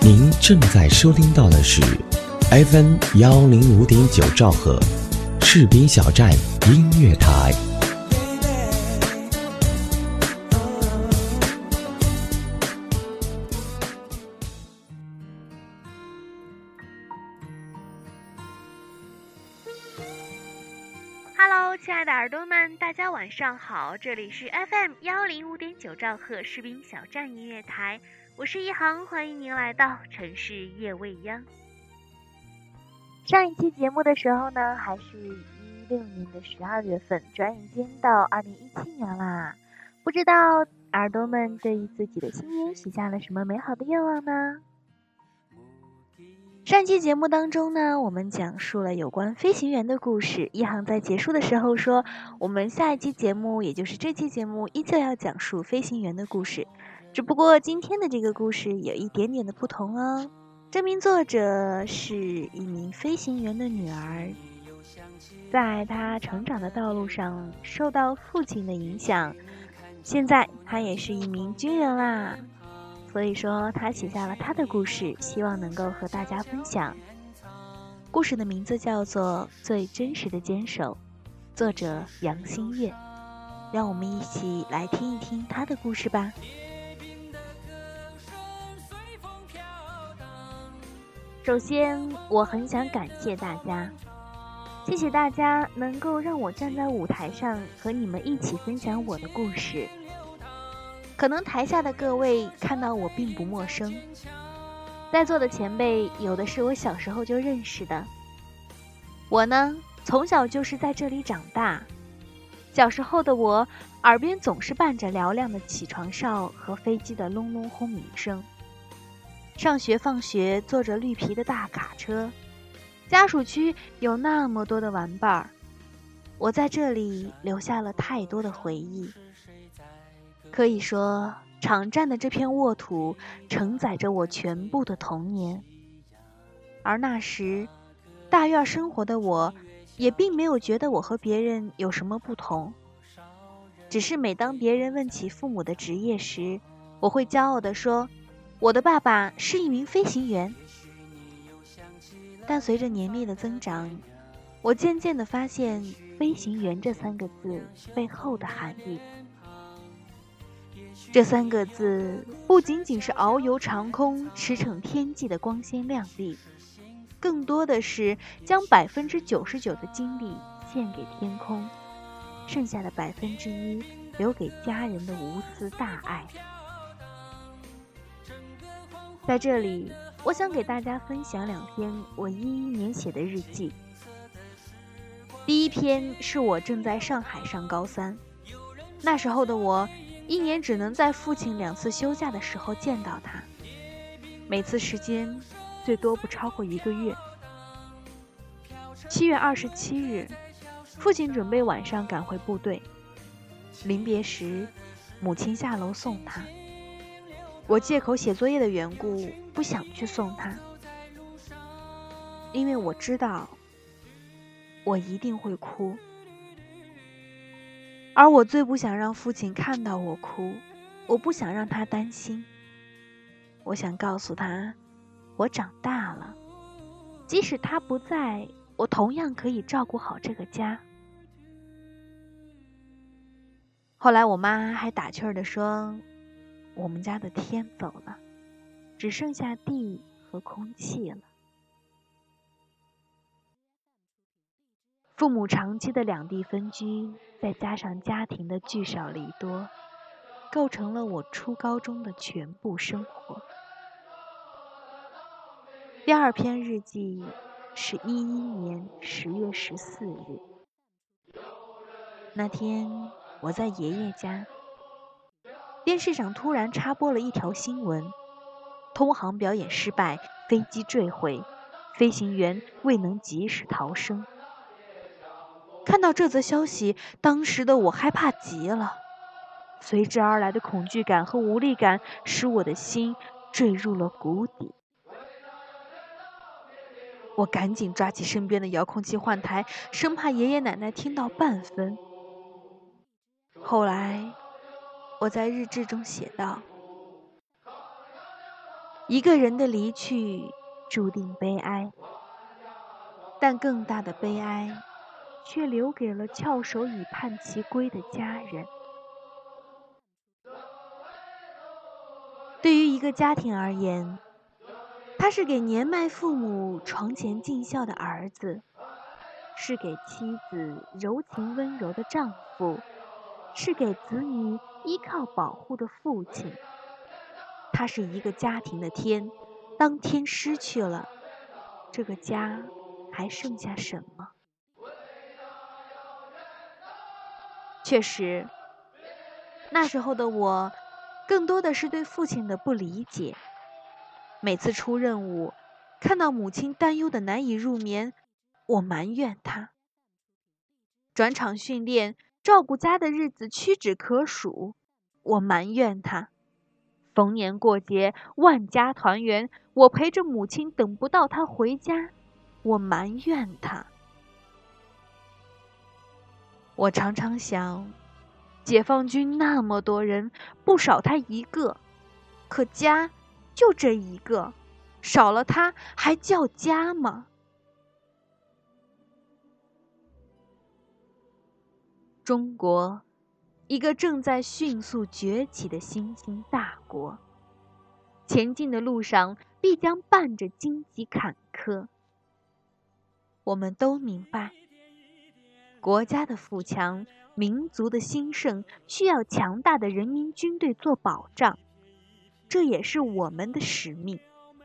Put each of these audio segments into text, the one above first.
您正在收听到的是 FM 105.9兆赫士兵小站音乐台。 Hello， 亲爱的耳朵们，大家晚上好，这里是 FM 105.9兆赫士兵小站音乐台，我是一航，欢迎您来到城市夜未央。上一期节目的时候呢，还是16年的12月份，转眼间到2017年啦。不知道耳朵们对于自己的新年许下了什么美好的愿望呢？上期节目当中呢，我们讲述了有关飞行员的故事。一航在结束的时候说，我们下一期节目，也就是这期节目，依旧要讲述飞行员的故事。只不过今天的这个故事有一点点的不同哦。这名作者是一名飞行员的女儿，在她成长的道路上受到父亲的影响，现在她也是一名军人啦。所以说他写下了他的故事，希望能够和大家分享。故事的名字叫做《最真实的坚守》，作者杨新月。让我们一起来听一听他的故事吧。首先我很想感谢大家，谢谢大家能够让我站在舞台上和你们一起分享我的故事。可能台下的各位看到我并不陌生，在座的前辈有的是我小时候就认识的。我呢，从小就是在这里长大。小时候的我，耳边总是伴着嘹亮的起床哨和飞机的隆隆轰鸣声。上学放学坐着绿皮的大卡车，家属区有那么多的玩伴儿，我在这里留下了太多的回忆。可以说，场站的这片沃土承载着我全部的童年。而那时，大院生活的我，也并没有觉得我和别人有什么不同。只是每当别人问起父母的职业时，我会骄傲地说，我的爸爸是一名飞行员。但随着年龄的增长，我渐渐地发现飞行员这3个字背后的含义。这3个字不仅仅是遨游长空、驰骋天际的光鲜亮丽，更多的是将99%的精力献给天空，剩下的1%留给家人的无私大爱。在这里，我想给大家分享2篇我11年写的日记。第一篇是我正在上海上高3，那时候的我1年只能在父亲2次休假的时候见到他，每次时间最多不超过1个月。7月27日，父亲准备晚上赶回部队，临别时，母亲下楼送他。我借口写作业的缘故，不想去送他，因为我知道我一定会哭。而我最不想让父亲看到我哭，我不想让他担心。我想告诉他，我长大了，即使他不在，我同样可以照顾好这个家。后来我妈还打趣地说，我们家的天走了，只剩下地和空气了。父母长期的两地分居，再加上家庭的聚少离多，构成了我初高中的全部生活。第2篇日记是11年10月14日。那天我在爷爷家，电视上突然插播了一条新闻：通航表演失败，飞机坠毁，飞行员未能及时逃生。看到这则消息，当时的我害怕极了，随之而来的恐惧感和无力感使我的心坠入了谷底。我赶紧抓起身边的遥控器换台，生怕爷爷奶奶听到半分。后来我在日志中写道： 一个人的离去注定悲哀，但更大的悲哀却留给了翘首以盼其归的家人。对于一个家庭而言，他是给年迈父母床前尽孝的儿子，是给妻子柔情温柔的丈夫，是给子女依靠保护的父亲。他是一个家庭的天，当天失去了，这个家还剩下什么？确实，那时候的我更多的是对父亲的不理解。每次出任务，看到母亲担忧的难以入眠，我埋怨她；转场训练，照顾家的日子屈指可数，我埋怨她；逢年过节，万家团圆，我陪着母亲等不到她回家，我埋怨她。我常常想，解放军那么多人，不少他一个，可家就这一个，少了他还叫家吗？中国，一个正在迅速崛起的新兴大国，前进的路上必将伴着荆棘坎坷。我们都明白，国家的富强，民族的兴盛，需要强大的人民军队做保障，这也是我们的使命。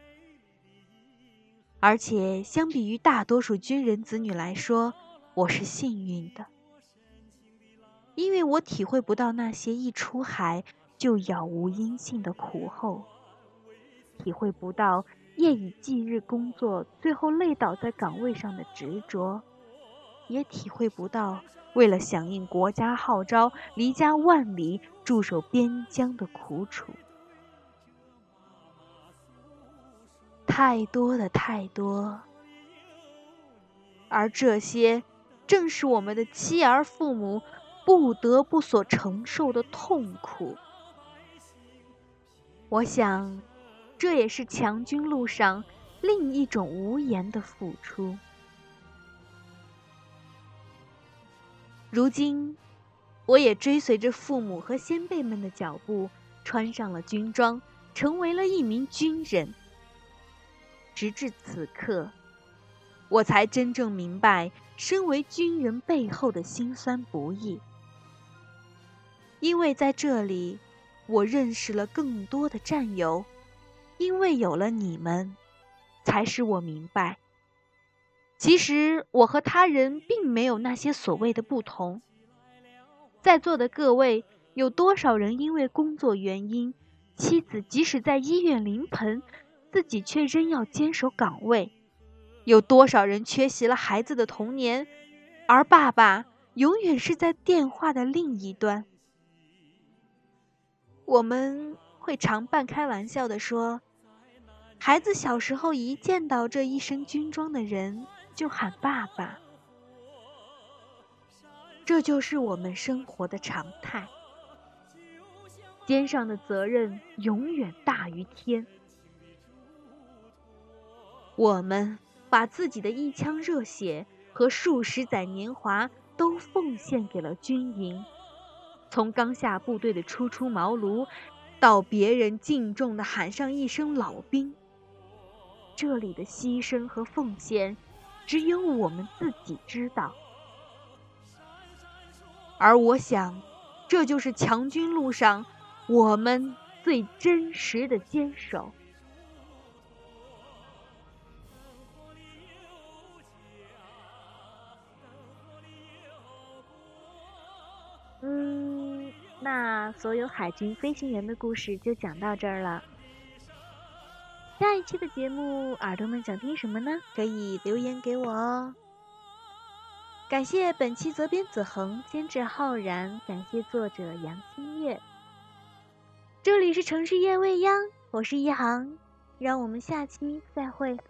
而且相比于大多数军人子女来说，我是幸运的，因为我体会不到那些一出海就杳无音信的苦后，体会不到夜以继日工作最后累倒在岗位上的执着，也体会不到为了响应国家号召离家万里驻守边疆的苦楚。太多的太多，而这些正是我们的妻儿父母不得不所承受的痛苦。我想，这也是强军路上另一种无言的付出。如今，我也追随着父母和先辈们的脚步，穿上了军装，成为了一名军人。直至此刻，我才真正明白身为军人背后的辛酸不易。因为在这里，我认识了更多的战友，因为有了你们，才使我明白，其实我和他人并没有那些所谓的不同。在座的各位，有多少人因为工作原因，妻子即使在医院临盆，自己却仍要坚守岗位？有多少人缺席了孩子的童年，而爸爸永远是在电话的另一端？我们会常半开玩笑地说，孩子小时候一见到这一身军装的人就喊爸爸，这就是我们生活的常态。肩上的责任永远大于天。我们把自己的一腔热血和数十载年华都奉献给了军营，从刚下部队的初出茅庐，到别人敬重地喊上一声老兵，这里的牺牲和奉献，只有我们自己知道。而我想，这就是强军路上我们最真实的坚守。那所有海军飞行员的故事就讲到这儿了。下一期的节目，耳朵们想听什么呢？可以留言给我哦。感谢本期责编子恒，监制浩然，感谢作者杨新月。这里是城市夜未央，我是一航，让我们下期再会。